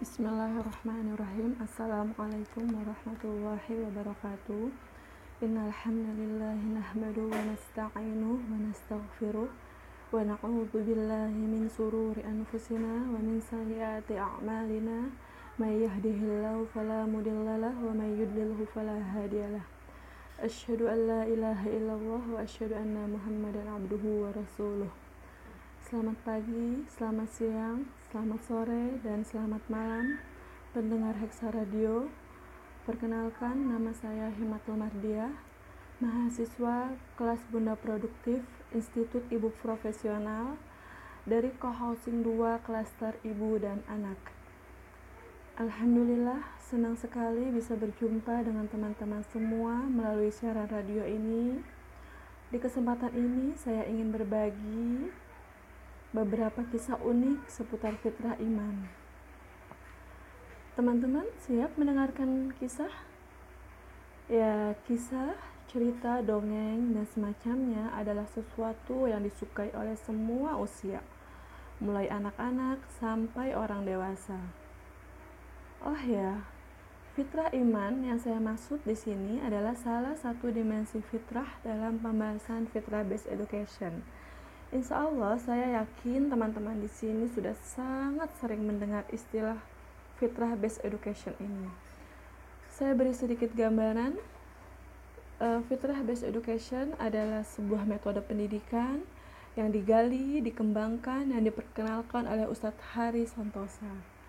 Bismillahirrahmanirrahim. Assalamualaikum warahmatullahi wabarakatuh. Innal hamdalillah nahmaduhu wa nasta'inuhu wa nastaghfiruh wa na'udzu billahi min sururi anfusina wa min sayyiati a'malina. May yahdihillahu fala mudhillalah wa may yudlilhu fala hadiyalah. Asyhadu an la ilaha illallah wa asyhadu anna Muhammadan abduhu wa rasuluh. Selamat pagi, selamat siang, selamat sore, dan selamat malam pendengar Hexa Radio. Perkenalkan, nama saya Himatul Mardiah, mahasiswa kelas Bunda Produktif Institut Ibu Profesional dari Co-Housing 2 Klaster Ibu dan Anak. Alhamdulillah, senang sekali bisa berjumpa dengan teman-teman semua melalui siaran radio ini. Di kesempatan ini saya ingin berbagi beberapa kisah unik seputar fitrah iman. Teman-teman siap mendengarkan kisah? Ya, kisah, cerita, dongeng, dan semacamnya adalah sesuatu yang disukai oleh semua usia, mulai anak-anak sampai orang dewasa. Oh ya, fitrah iman yang saya maksud di sini adalah salah satu dimensi fitrah dalam pembahasan fitrah based education. Insya Allah saya yakin teman-teman di sini sudah sangat sering mendengar istilah fitrah based education ini. Saya beri sedikit gambaran. Fitrah based education adalah sebuah metode pendidikan yang digali, dikembangkan, dan diperkenalkan oleh Ustadz Hari Santosa.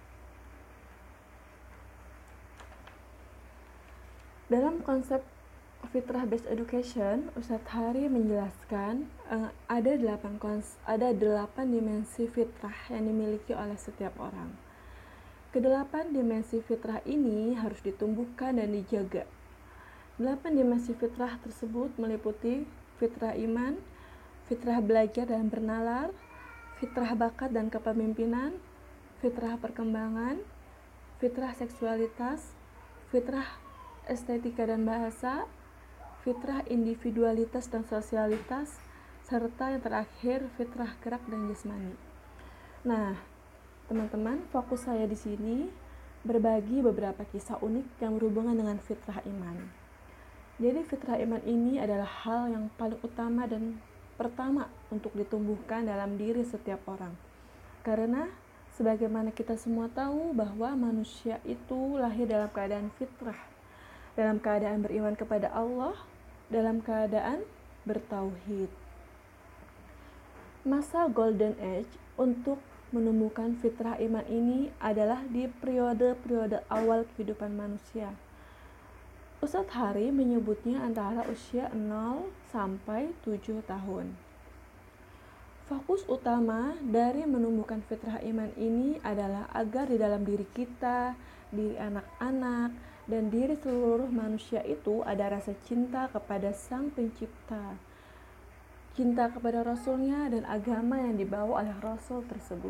Dalam konsep fitrah based education, Ustadz Hari menjelaskan ada 8 dimensi fitrah yang dimiliki oleh setiap orang. Kedelapan dimensi fitrah ini harus ditumbuhkan dan dijaga. 8 dimensi fitrah tersebut meliputi fitrah iman, fitrah belajar dan bernalar, fitrah bakat dan kepemimpinan, fitrah perkembangan, fitrah seksualitas, fitrah estetika dan bahasa, fitrah individualitas dan sosialitas, serta yang terakhir fitrah gerak dan jasmani. Nah, teman-teman, fokus saya di sini berbagi beberapa kisah unik yang berhubungan dengan fitrah iman. Jadi fitrah iman ini adalah hal yang paling utama dan pertama untuk ditumbuhkan dalam diri setiap orang. Karena sebagaimana kita semua tahu bahwa manusia itu lahir dalam keadaan fitrah, dalam keadaan beriman kepada Allah, dalam keadaan bertauhid. Masa Golden Age untuk menumbuhkan fitrah iman ini adalah di periode-periode awal kehidupan manusia. Ustadz Hari menyebutnya antara usia 0 sampai 7 tahun. Fokus utama dari menumbuhkan fitrah iman ini adalah agar di dalam diri kita, diri anak-anak, dan diri seluruh manusia itu ada rasa cinta kepada Sang Pencipta, cinta kepada Rasulnya dan agama yang dibawa oleh Rasul tersebut.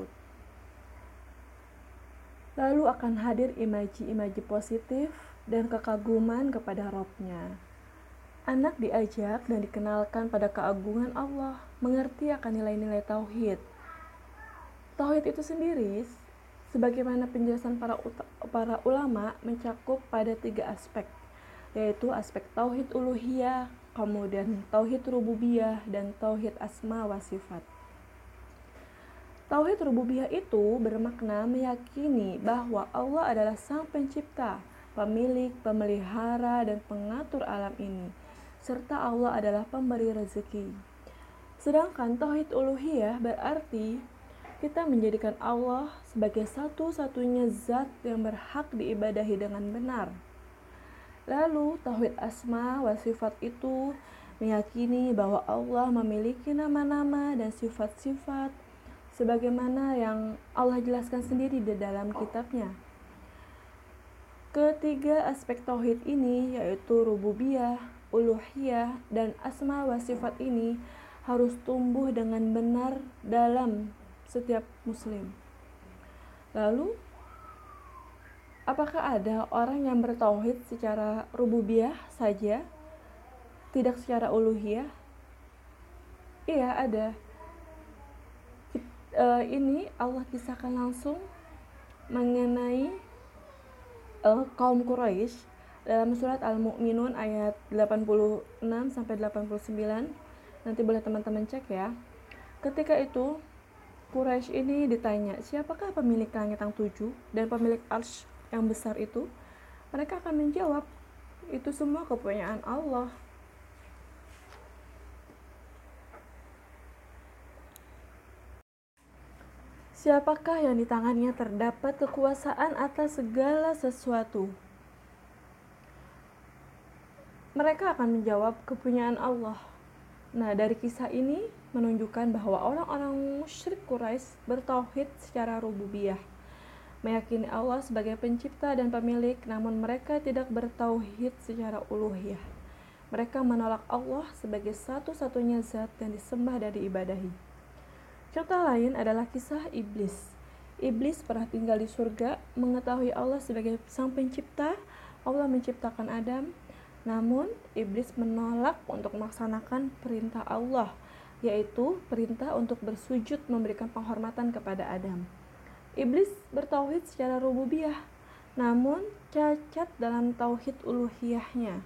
Lalu akan hadir imaji-imaji positif dan kekaguman kepada Rabb-nya. Anak diajak dan dikenalkan pada keagungan Allah, mengerti akan nilai-nilai tauhid. Tauhid itu sendiri, sebagaimana penjelasan para ulama, mencakup pada 3 aspek, yaitu aspek tauhid uluhiyah, kemudian tauhid rububiyah, dan tauhid asma wa sifat. Tauhid rububiyah itu bermakna meyakini bahwa Allah adalah Sang Pencipta, pemilik, pemelihara, dan pengatur alam ini, serta Allah adalah pemberi rezeki. Sedangkan tauhid uluhiyah berarti kita menjadikan Allah sebagai satu-satunya zat yang berhak diibadahi dengan benar. Lalu tauhid asma wa sifat itu meyakini bahwa Allah memiliki nama-nama dan sifat-sifat sebagaimana yang Allah jelaskan sendiri di dalam kitabnya. Ketiga aspek tauhid ini, yaitu rububiyah, uluhiyah, dan asma wa sifat ini harus tumbuh dengan benar dalam setiap muslim. Lalu, apakah ada orang yang bertauhid secara rububiyah saja, tidak secara uluhiyah? Iya, ada. Ini Allah kisahkan langsung mengenai kaum Quraisy dalam surat Al-Mu'minun ayat 86 sampai 89. Nanti boleh teman-teman cek ya. Ketika itu Quraisy ini ditanya, siapakah pemilik langit yang 7 dan pemilik arsy yang besar itu? Mereka akan menjawab, itu semua kepunyaan Allah. Siapakah yang di tangannya terdapat kekuasaan atas segala sesuatu? Mereka akan menjawab, kepunyaan Allah. Nah, dari kisah ini menunjukkan bahwa orang-orang musyrik Quraisy bertauhid secara rububiyah, meyakini Allah sebagai pencipta dan pemilik, namun mereka tidak bertauhid secara uluhiyah. Mereka menolak Allah sebagai satu-satunya zat yang disembah dan diibadahi. Contoh lain adalah kisah iblis. Iblis pernah tinggal di surga, mengetahui Allah sebagai sang pencipta. Allah menciptakan Adam, namun iblis menolak untuk melaksanakan perintah Allah, yaitu perintah untuk bersujud memberikan penghormatan kepada Adam. Iblis bertauhid secara rububiyah, namun cacat dalam tauhid uluhiyahnya.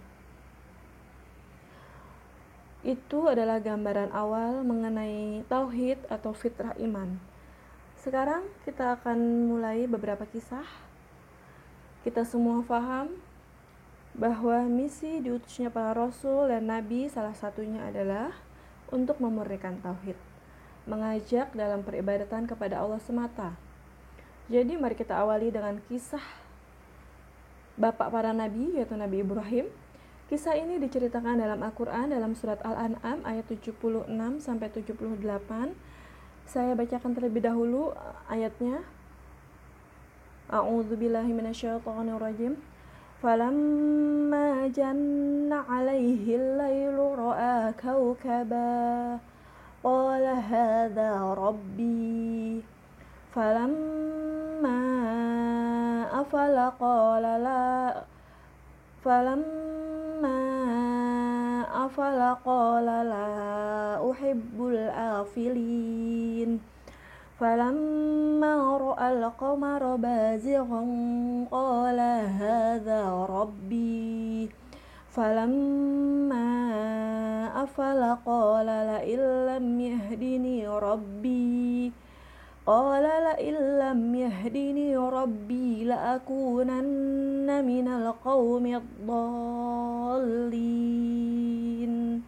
Itu adalah gambaran awal mengenai tauhid atau fitrah iman. Sekarang kita akan mulai beberapa kisah. Kita semua paham bahwa misi diutusnya para rasul dan nabi salah satunya adalah untuk memurnikan tauhid, mengajak dalam peribadatan kepada Allah semata. Jadi mari kita awali dengan kisah bapak para nabi, yaitu Nabi Ibrahim. Kisah ini diceritakan dalam Al-Quran dalam surat Al-An'am ayat 76 sampai 78. Saya bacakan terlebih dahulu ayatnya. A'udzubillahi minasyaitonirrajim. Falamma janna 'alaihi al-lailu ra'a kawkaba qala hadza rabbi. Falamma afala qala la afala qala la uhibbul afilin. Falamma ra'al qamara bazighan qala hadza rabbi. Falamma afala qala la illam yahdini rabbi. Qala la illam yahdini rabbi la akunanna minal qawmid dallin.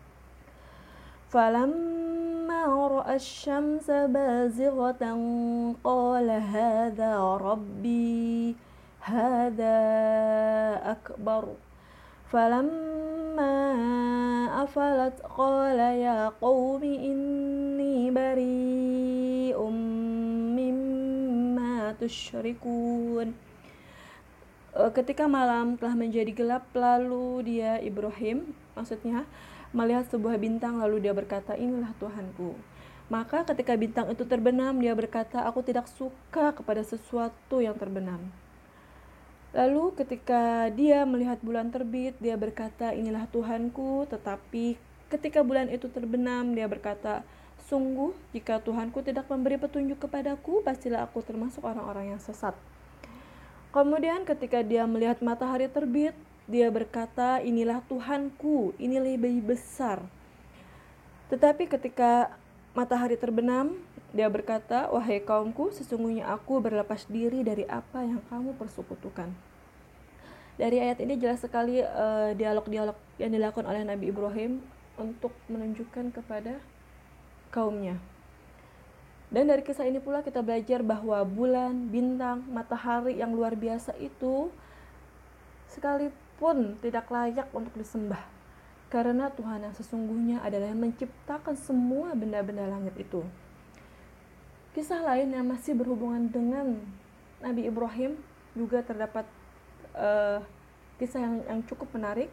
Falamma ra'a asy-syamsa bazighatan qala hadza rabbi hadza akbar. Falamma afalat qala ya qaumi inni bari'um mimma tusyrikun. Ketika malam telah menjadi gelap, lalu dia Ibrahim maksudnya melihat sebuah bintang, lalu dia berkata, inilah Tuhanku. Maka ketika bintang itu terbenam, dia berkata, aku tidak suka kepada sesuatu yang terbenam. Lalu ketika dia melihat bulan terbit, dia berkata, inilah Tuhanku. Tetapi ketika bulan itu terbenam, dia berkata, sungguh jika Tuhanku tidak memberi petunjuk kepadaku, pastilah aku termasuk orang-orang yang sesat. Kemudian ketika dia melihat matahari terbit, dia berkata, inilah Tuhanku, ini lebih besar. Tetapi ketika matahari terbenam, dia berkata, wahai kaumku, sesungguhnya aku berlepas diri dari apa yang kamu persekutukan. Dari ayat ini jelas sekali dialog-dialog yang dilakukan oleh Nabi Ibrahim untuk menunjukkan kepada kaumnya. Dan dari kisah ini pula kita belajar bahwa bulan, bintang, matahari yang luar biasa itu sekalipun tidak layak untuk disembah. Karena Tuhan yang sesungguhnya adalah yang menciptakan semua benda-benda langit itu. Kisah lain yang masih berhubungan dengan Nabi Ibrahim juga terdapat kisah yang cukup menarik.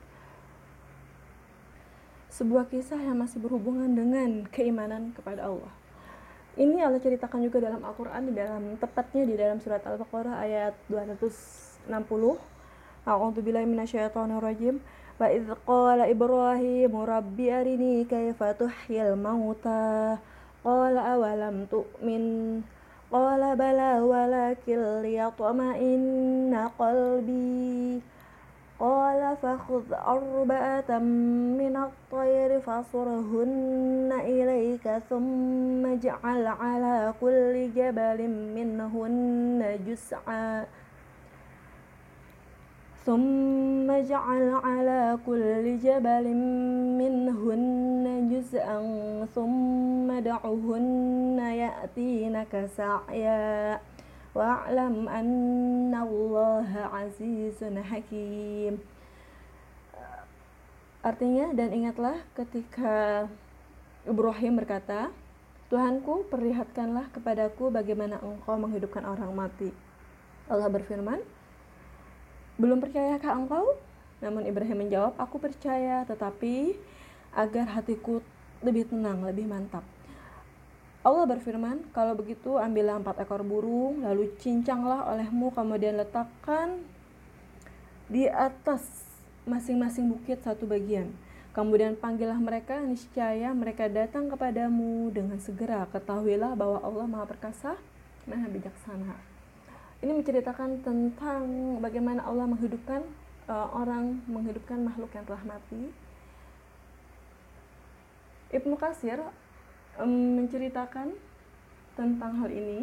Sebuah kisah yang masih berhubungan dengan keimanan kepada Allah. Ini Allah ceritakan juga dalam Al-Quran, tepatnya di dalam surat Al-Baqarah ayat 260. A'udzubillahi minasyaitonirrajim. Wa idz qala Ibrahim rabbi arini kaifa tuhyil mauta qala awalam tu'min qala bala ولكن ليطمئن قلبي قال فخذ أربعة من الطير فصرهن إليك ثم اجعل على كل جبل منهن جزءا ثم ادعهن يأتينك سعيا واعلم أن الله عزيز حكيم. Artinya, dan ingatlah ketika Ibrahim berkata, Tuhanku, perlihatkanlah kepadaku bagaimana engkau menghidupkan orang mati. Allah berfirman, belum percayakah engkau? Namun Ibrahim menjawab, aku percaya, tetapi agar hatiku lebih tenang, lebih mantap. Allah berfirman, kalau begitu ambillah 4 ekor burung, lalu cincanglah olehmu, kemudian letakkan di atas masing-masing bukit satu bagian. Kemudian panggillah mereka, niscaya mereka datang kepadamu dengan segera. Ketahuilah bahwa Allah Maha Perkasa, Maha Bijaksana. Ini menceritakan tentang bagaimana Allah menghidupkan menghidupkan makhluk yang telah mati. Ibnu Katsir menceritakan tentang hal ini.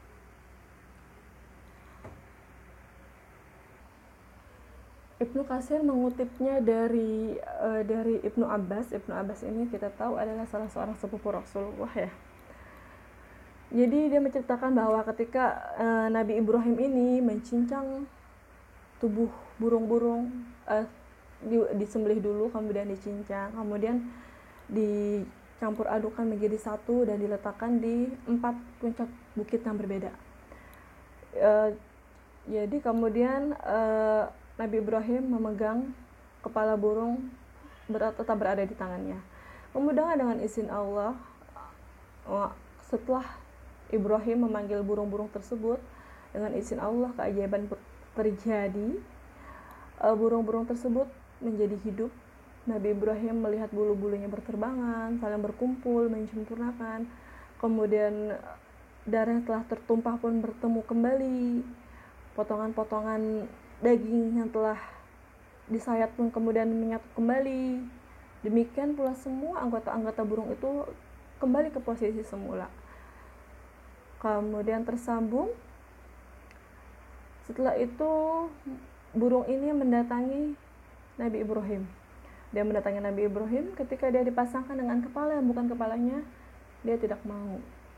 Ibnu Katsir mengutipnya dari Ibnu Abbas. Ibnu Abbas ini kita tahu adalah salah seorang sepupu Rasulullah ya. Jadi dia menceritakan bahwa ketika Nabi Ibrahim ini mencincang tubuh burung-burung, disembelih dulu, kemudian dicincang, kemudian dicampur adukan menjadi satu dan diletakkan di 4 puncak bukit yang berbeda. Jadi kemudian Nabi Ibrahim memegang kepala burung tetap berada di tangannya. Kemudian dengan izin Allah, setelah Ibrahim memanggil burung-burung tersebut, dengan izin Allah keajaiban terjadi. Burung-burung tersebut menjadi hidup. Nabi Ibrahim melihat bulu-bulunya berterbangan, saling berkumpul, menyempurnakan. Kemudian darah telah tertumpah pun bertemu kembali. Potongan-potongan daging yang telah disayat pun kemudian menyatu kembali. Demikian pula semua anggota-anggota burung itu kembali ke posisi semula. Kemudian tersambung. Setelah itu burung ini mendatangi Nabi Ibrahim. Dia mendatangi Nabi Ibrahim ketika dia dipasangkan dengan kepala yang bukan kepalanya, dia tidak mau.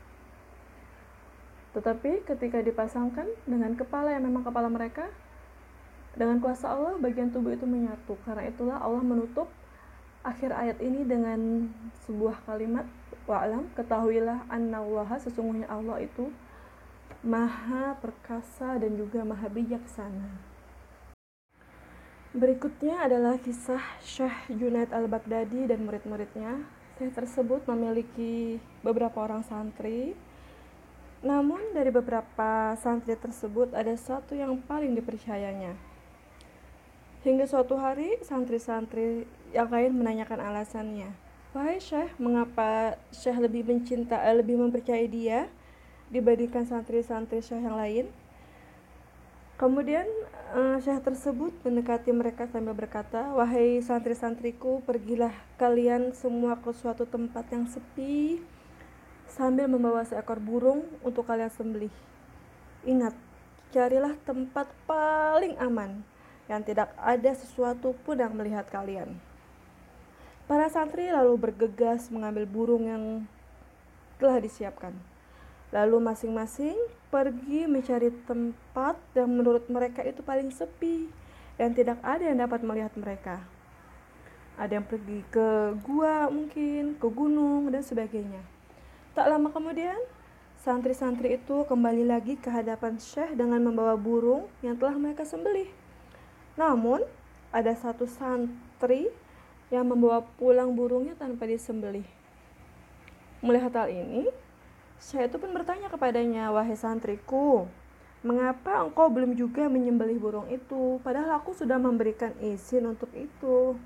Tetapi ketika dipasangkan dengan kepala yang memang kepala mereka, dengan kuasa Allah bagian tubuh itu menyatu. Karena itulah Allah menutup akhir ayat ini dengan sebuah kalimat, wa'lam, ketahuilah annallaha, sesungguhnya Allah itu Maha Perkasa dan juga Maha Bijaksana. Berikutnya adalah kisah Syekh Junaid al-Baghdadi dan murid-muridnya. Syekh tersebut memiliki beberapa orang santri. Namun dari beberapa santri tersebut ada satu yang paling dipercayanya. Hingga suatu hari santri-santri yang lain menanyakan alasannya. Wahai Syekh, mengapa Syekh lebih mempercayai dia dibandingkan santri-santri Syekh yang lain? Kemudian Syekh tersebut mendekati mereka sambil berkata, wahai santri-santriku, pergilah kalian semua ke suatu tempat yang sepi sambil membawa seekor burung untuk kalian sembelih. Ingat, carilah tempat paling aman yang tidak ada sesuatu pun yang melihat kalian. Para santri lalu bergegas mengambil burung yang telah disiapkan. Lalu masing-masing pergi mencari tempat yang menurut mereka itu paling sepi dan tidak ada yang dapat melihat mereka. Ada yang pergi ke gua mungkin, ke gunung dan sebagainya. Tak lama kemudian, santri-santri itu kembali lagi ke hadapan Syekh dengan membawa burung yang telah mereka sembelih. Namun, ada satu santri yang membawa pulang burungnya tanpa disembelih. Melihat hal ini, Syekh itu pun bertanya kepadanya, wahai santriku, mengapa engkau belum juga menyembelih burung itu? Padahal aku sudah memberikan izin untuk itu.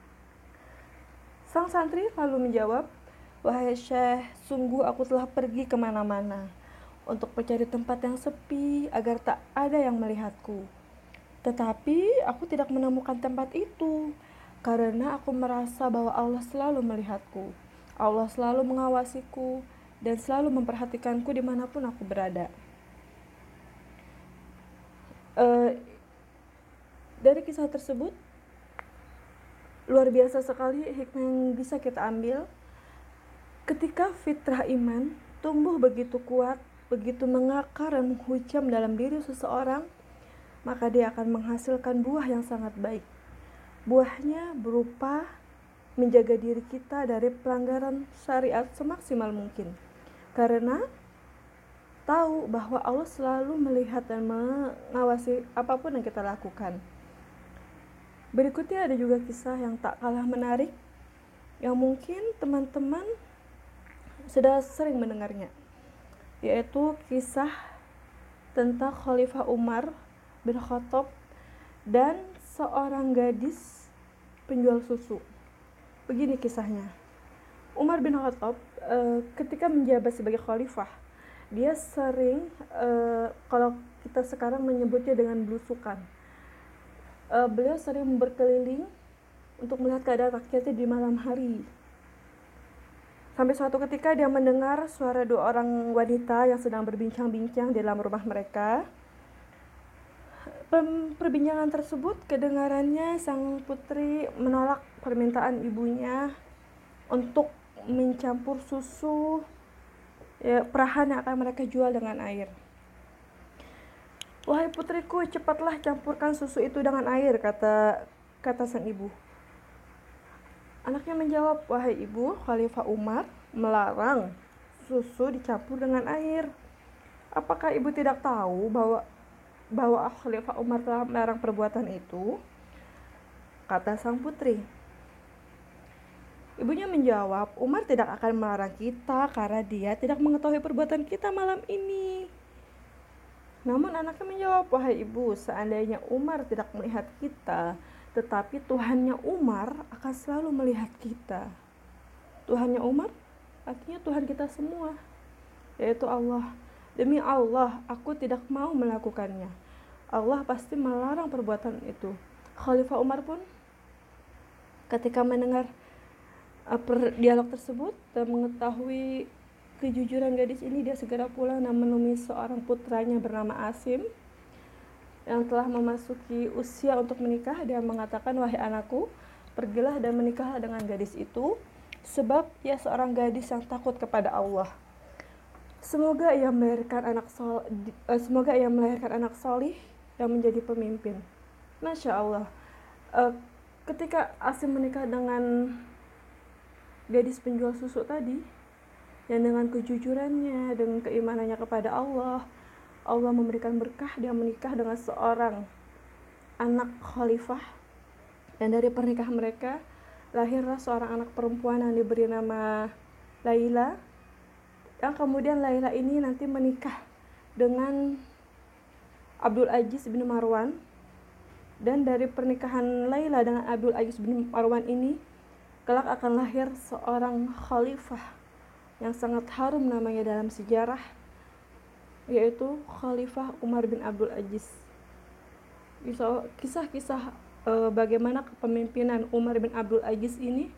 Sang santri lalu menjawab, wahai Syekh, sungguh aku telah pergi kemana-mana untuk mencari tempat yang sepi agar tak ada yang melihatku. Tetapi aku tidak menemukan tempat itu karena aku merasa bahwa Allah selalu melihatku. Allah selalu mengawasiku dan selalu memperhatikanku dimanapun aku berada. Dari kisah tersebut, luar biasa sekali hikmah yang bisa kita ambil. Ketika fitrah iman tumbuh begitu kuat, begitu mengakar dan menghujam dalam diri seseorang, maka dia akan menghasilkan buah yang sangat baik. Buahnya berupa menjaga diri kita dari pelanggaran syariat semaksimal mungkin. Karena tahu bahwa Allah selalu melihat dan mengawasi apapun yang kita lakukan. Berikutnya ada juga kisah yang tak kalah menarik, yang mungkin teman-teman sudah sering mendengarnya, yaitu kisah tentang Khalifah Umar bin Khattab dan seorang gadis penjual susu. Begini kisahnya. Umar bin Khattab ketika menjabat sebagai khalifah, dia sering kalau kita sekarang menyebutnya dengan belusukan. Beliau sering berkeliling untuk melihat keadaan rakyatnya di malam hari. Sampai suatu ketika dia mendengar suara dua orang wanita yang sedang berbincang-bincang di dalam rumah mereka. Perbincangan tersebut kedengarannya sang putri menolak permintaan ibunya untuk mencampur susu perahan yang akan mereka jual dengan air. "Wahai putriku, cepatlah campurkan susu itu dengan air," kata sang ibu. Anaknya menjawab, "Wahai ibu, Khalifah Umar melarang susu dicampur dengan air. Apakah ibu tidak tahu bahwa Khalifah Umar telah melarang perbuatan itu?" kata sang putri. Ibunya menjawab, "Umar tidak akan melarang kita karena dia tidak mengetahui perbuatan kita malam ini." Namun anaknya menjawab, "Wahai ibu, seandainya Umar tidak melihat kita, tetapi Tuhannya Umar akan selalu melihat kita." Tuhannya Umar artinya Tuhan kita semua, yaitu Allah. "Demi Allah, aku tidak mau melakukannya. Allah pasti melarang perbuatan itu." Khalifah Umar pun ketika mendengar dialog tersebut dan mengetahui kejujuran gadis ini, dia segera pulang dan menemui seorang putranya bernama Asim yang telah memasuki usia untuk menikah. Dia mengatakan, "Wahai anakku, pergilah dan menikahlah dengan gadis itu, sebab ia seorang gadis yang takut kepada Allah. Semoga ia melahirkan anak solih yang menjadi pemimpin." Masya Allah. Ketika Asim menikah dengan gadis penjual susu tadi, yang dengan kejujurannya, dengan keimanannya kepada Allah, Allah memberikan berkah. Dia menikah dengan seorang anak khalifah, dan dari pernikahan mereka lahirlah seorang anak perempuan yang diberi nama Laila, yang kemudian Laila ini nanti menikah dengan Abdul Aziz bin Marwan. Dan dari pernikahan Laila dengan Abdul Aziz bin Marwan ini kelak akan lahir seorang khalifah yang sangat harum namanya dalam sejarah, yaitu Khalifah Umar bin Abdul Aziz. Kisah-kisah bagaimana kepemimpinan Umar bin Abdul Aziz ini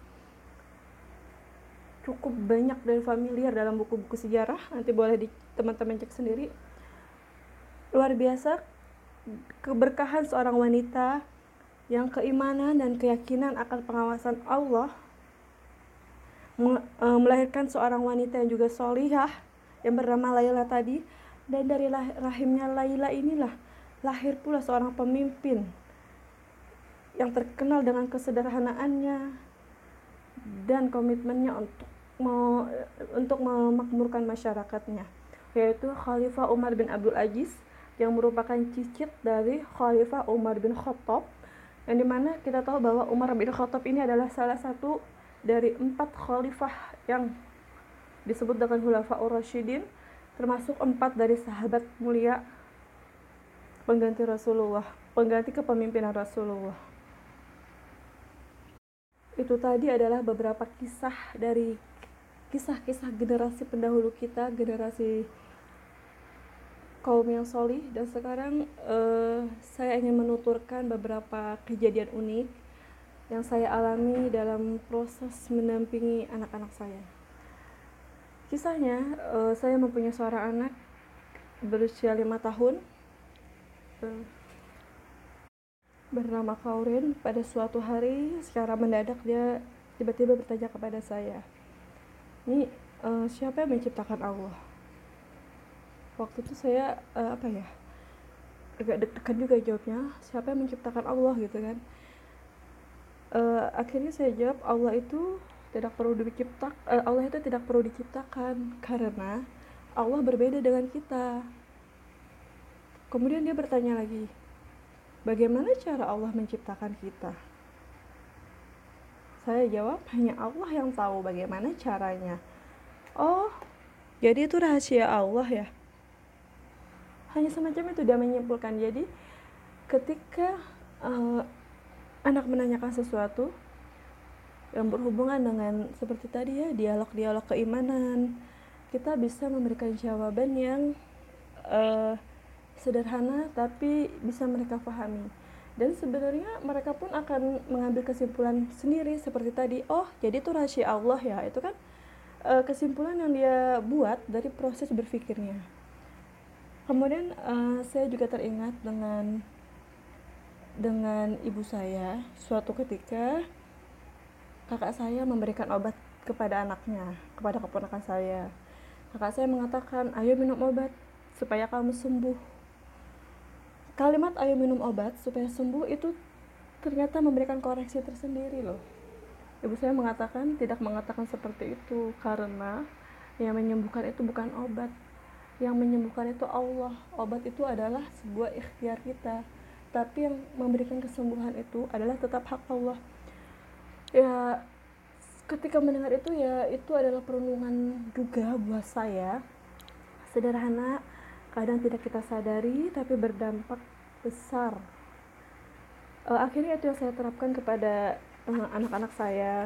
cukup banyak dan familiar dalam buku-buku sejarah. Nanti boleh teman-teman cek sendiri. Luar biasa keberkahan seorang wanita yang keimanan dan keyakinan akan pengawasan Allah melahirkan seorang wanita yang juga solihah yang bernama Laila tadi. Dan dari rahimnya Laila inilah lahir pula seorang pemimpin yang terkenal dengan kesederhanaannya dan komitmennya untuk memakmurkan masyarakatnya, yaitu Khalifah Umar bin Abdul Aziz, yang merupakan cicit dari Khalifah Umar bin Khattab, yang dimana kita tahu bahwa Umar bin Khattab ini adalah salah satu dari 4 khalifah yang disebut dengan Khulafaur Rasyidin, termasuk 4 dari sahabat mulia pengganti kepemimpinan Rasulullah. Itu tadi adalah beberapa kisah dari kisah-kisah generasi pendahulu kita, generasi kaum yang solih, dan sekarang saya ingin menuturkan beberapa kejadian unik yang saya alami dalam proses mendampingi anak-anak saya. Kisahnya, saya mempunyai seorang anak berusia 5 tahun eh, bernama Kaurin. Pada suatu hari secara mendadak dia tiba-tiba bertanya kepada saya, "Ini siapa yang menciptakan Allah?" Waktu itu saya agak deg-degan juga jawabnya, siapa yang menciptakan Allah gitu kan. Akhirnya saya jawab, Allah itu tidak perlu diciptakan karena Allah berbeda dengan kita. Kemudian dia bertanya lagi, bagaimana cara Allah menciptakan kita? Saya jawab, hanya Allah yang tahu bagaimana caranya. Oh, jadi itu rahasia Allah ya? Hanya semacam itu dia menyimpulkan. Jadi ketika anak menanyakan sesuatu yang berhubungan dengan seperti tadi ya, dialog-dialog keimanan, kita bisa memberikan jawaban yang sederhana tapi bisa mereka pahami. Dan sebenarnya mereka pun akan mengambil kesimpulan sendiri seperti tadi. Oh, jadi itu rahasia Allah ya. Itu kan kesimpulan yang dia buat dari proses berpikirnya. Kemudian saya juga teringat dengan ibu saya. Suatu ketika kakak saya memberikan obat kepada anaknya, kepada keponakan saya. Kakak saya mengatakan, ayo minum obat supaya kamu sembuh. Kalimat ayo minum obat supaya sembuh itu ternyata memberikan koreksi tersendiri loh. Ibu saya mengatakan, tidak mengatakan seperti itu karena yang menyembuhkan itu bukan obat. Yang menyembuhkan itu Allah. Obat itu adalah sebuah ikhtiar kita, tapi yang memberikan kesembuhan itu adalah tetap hak Allah. Ya, ketika mendengar itu ya, itu adalah perenungan juga buat saya. Sederhana, kadang tidak kita sadari tapi berdampak besar. Akhirnya itu yang saya terapkan kepada anak-anak saya.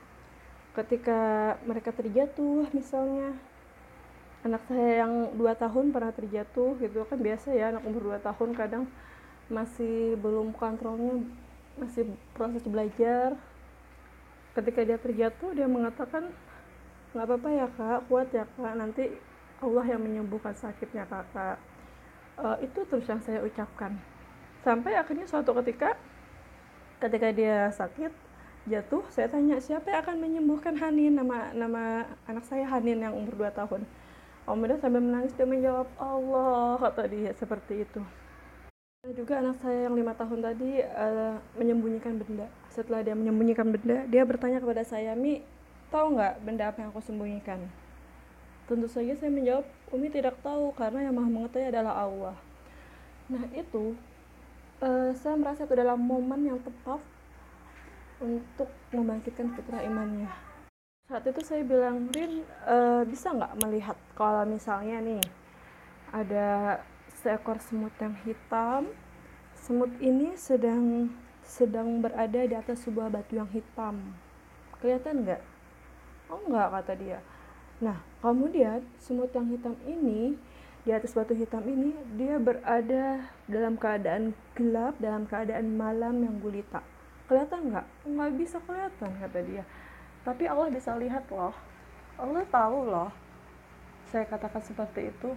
Ketika mereka terjatuh misalnya, anak saya yang 2 tahun pernah terjatuh gitu kan, biasa ya anak umur 2 tahun kadang masih belum kontrolnya, masih proses belajar. Ketika dia terjatuh, dia mengatakan, nggak apa-apa ya kak, kuat ya kak, nanti Allah yang menyembuhkan sakitnya kakak. Itu terus yang saya ucapkan sampai akhirnya suatu ketika dia sakit jatuh, saya tanya siapa yang akan menyembuhkan Hanin, nama anak saya Hanin yang umur 2 tahun. Kemudian sambil menangis dia menjawab, Allah, kata dia seperti itu. Juga anak saya yang 5 tahun tadi menyembunyikan benda. Setelah dia menyembunyikan benda, dia bertanya kepada saya, Mi, tahu nggak benda apa yang aku sembunyikan? Tentu saja saya menjawab, Umi tidak tahu karena yang maha mengetahui adalah Allah. Nah itu, saya merasa itu adalah momen yang tepat untuk membangkitkan fitrah imannya. Saat itu saya bilang, Rin, bisa nggak melihat kalau misalnya nih ada seekor semut yang hitam. Semut ini sedang berada di atas sebuah batu yang hitam. Kelihatan nggak? Oh nggak, kata dia. Nah, kemudian semut yang hitam ini di atas batu hitam ini dia berada dalam keadaan gelap, dalam keadaan malam yang gulita. Kelihatan nggak? Nggak bisa kelihatan, kata dia. Tapi Allah bisa lihat loh. Allah tahu loh. Saya katakan seperti itu.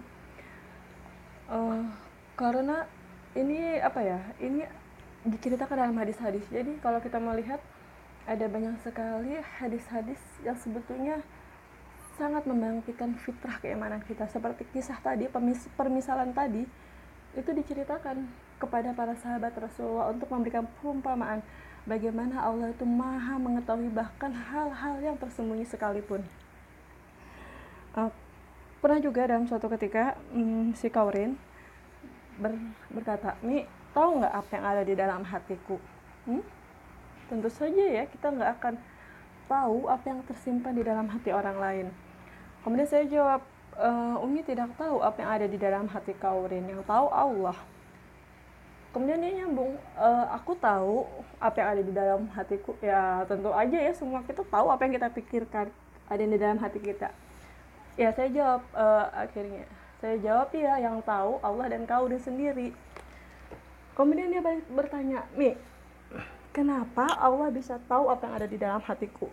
Karena ini ini diceritakan dalam hadis-hadis. Jadi kalau kita melihat ada banyak sekali hadis-hadis yang sebetulnya sangat membangkitkan fitrah keimanan kita. Seperti kisah tadi, permisalan tadi, itu diceritakan kepada para sahabat Rasulullah untuk memberikan perumpamaan bagaimana Allah itu maha mengetahui bahkan hal-hal yang tersembunyi sekalipun. Pernah juga dalam suatu ketika si Kaurin berkata, Mi, tahu nggak apa yang ada di dalam hatiku? Tentu saja ya, kita nggak akan tahu apa yang tersimpan di dalam hati orang lain. Kemudian saya jawab, Umi tidak tahu apa yang ada di dalam hati Kaurin, yang tahu Allah. Kemudian dia nyambung, aku tahu apa yang ada di dalam hatiku. Ya tentu aja ya, semua kita tahu apa yang kita pikirkan ada di dalam hati kita. Ya saya jawab akhirnya, Saya jawab, iya, yang tahu Allah dan kau sendiri. Kemudian dia bertanya, Mi, kenapa Allah bisa tahu apa yang ada di dalam hatiku?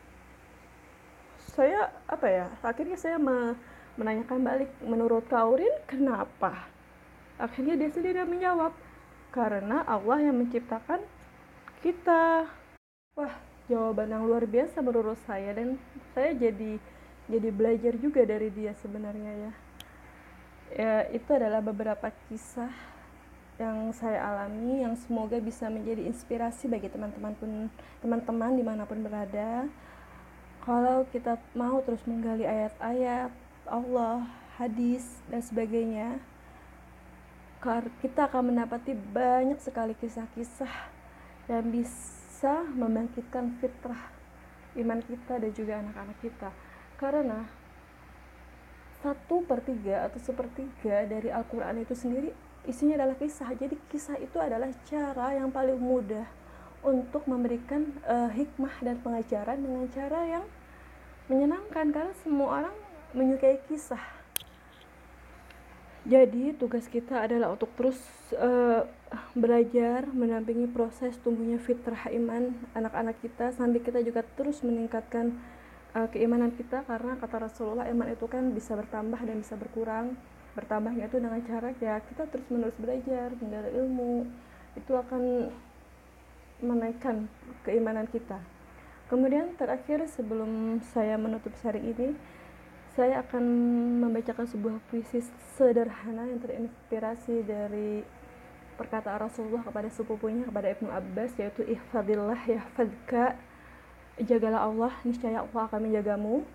Saya akhirnya saya menanyakan balik, menurut Kaurin kenapa? Akhirnya dia sendiri menjawab, karena Allah yang menciptakan kita. Wah, jawaban yang luar biasa menurut saya, dan saya jadi belajar juga dari dia sebenarnya ya. Ya, itu adalah beberapa kisah yang saya alami, yang semoga bisa menjadi inspirasi bagi teman-teman dimanapun berada. Kalau kita mau terus menggali ayat-ayat Allah, hadis, dan sebagainya, kita akan mendapati banyak sekali kisah-kisah yang bisa membangkitkan fitrah iman kita dan juga anak-anak kita. Karena 1/3 atau 1/3 dari Al-Quran itu sendiri isinya adalah kisah. Jadi kisah itu adalah cara yang paling mudah untuk memberikan hikmah dan pengajaran dengan cara yang menyenangkan, karena semua orang menyukai kisah. Jadi tugas kita adalah untuk terus belajar mendampingi proses tumbuhnya fitrah iman anak-anak kita, sambil kita juga terus meningkatkan keimanan kita, karena kata Rasulullah, iman itu kan bisa bertambah dan bisa berkurang. Bertambahnya itu dengan cara ya kita terus menerus belajar, menggali ilmu, itu akan menaikkan keimanan kita. Kemudian terakhir, sebelum saya menutup sharing ini, saya akan membacakan sebuah puisi sederhana yang terinspirasi dari perkataan Rasulullah kepada sepupunya, kepada Ibnu Abbas, yaitu ihfadillah yahfadka, jagalah Allah, niscaya Allah akan menjagamu.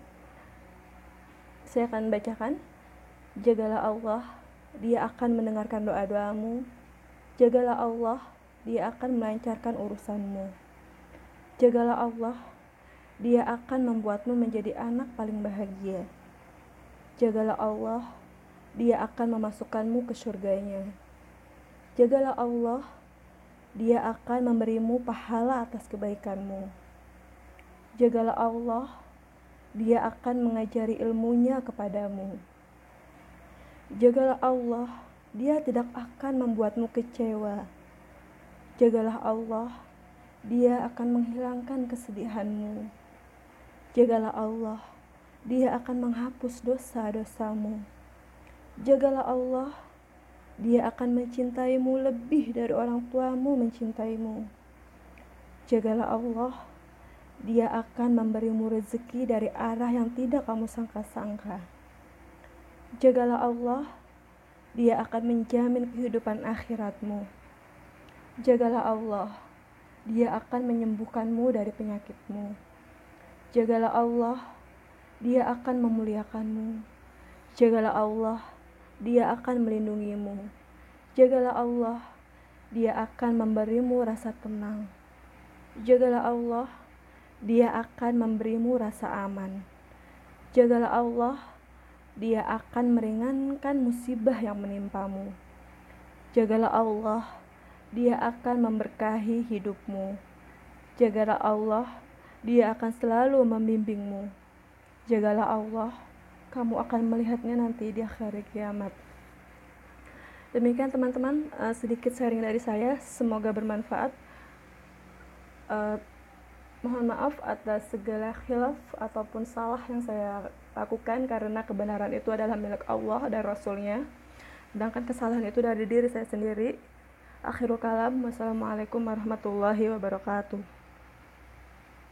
Saya akan bacakan. Jagalah Allah, Dia akan mendengarkan doa-doamu. Jagalah Allah, Dia akan melancarkan urusanmu. Jagalah Allah, Dia akan membuatmu menjadi anak paling bahagia. Jagalah Allah, Dia akan memasukkanmu ke surganya. Jagalah Allah, Dia akan memberimu pahala atas kebaikanmu. Jagalah Allah, Dia akan mengajari ilmunya kepadamu. Jagalah Allah, Dia tidak akan membuatmu kecewa. Jagalah Allah, Dia akan menghilangkan kesedihanmu. Jagalah Allah, Dia akan menghapus dosa-dosamu. Jagalah Allah, Dia akan mencintaimu lebih dari orang tuamu mencintaimu. Jagalah Allah, Dia akan memberimu rezeki dari arah yang tidak kamu sangka-sangka. Jagalah Allah, Dia akan menjamin kehidupan akhiratmu. Jagalah Allah, Dia akan menyembuhkanmu dari penyakitmu. Jagalah Allah, Dia akan memuliakanmu. Jagalah Allah, Dia akan melindungimu. Jagalah Allah, Dia akan memberimu rasa tenang. Jagalah Allah, Dia akan memberimu rasa aman. Jagalah Allah, Dia akan meringankan musibah yang menimpamu. Jagalah Allah, Dia akan memberkahi hidupmu. Jagalah Allah, Dia akan selalu membimbingmu. Jagalah Allah, kamu akan melihatnya nanti di akhir kiamat. Demikian teman-teman, sedikit sharing dari saya, semoga bermanfaat. Mohon maaf atas segala khilaf ataupun salah yang saya lakukan, karena kebenaran itu adalah milik Allah dan Rasulnya, sedangkan kesalahan itu dari diri saya sendiri. Akhirul kalam, wassalamualaikum warahmatullahi wabarakatuh.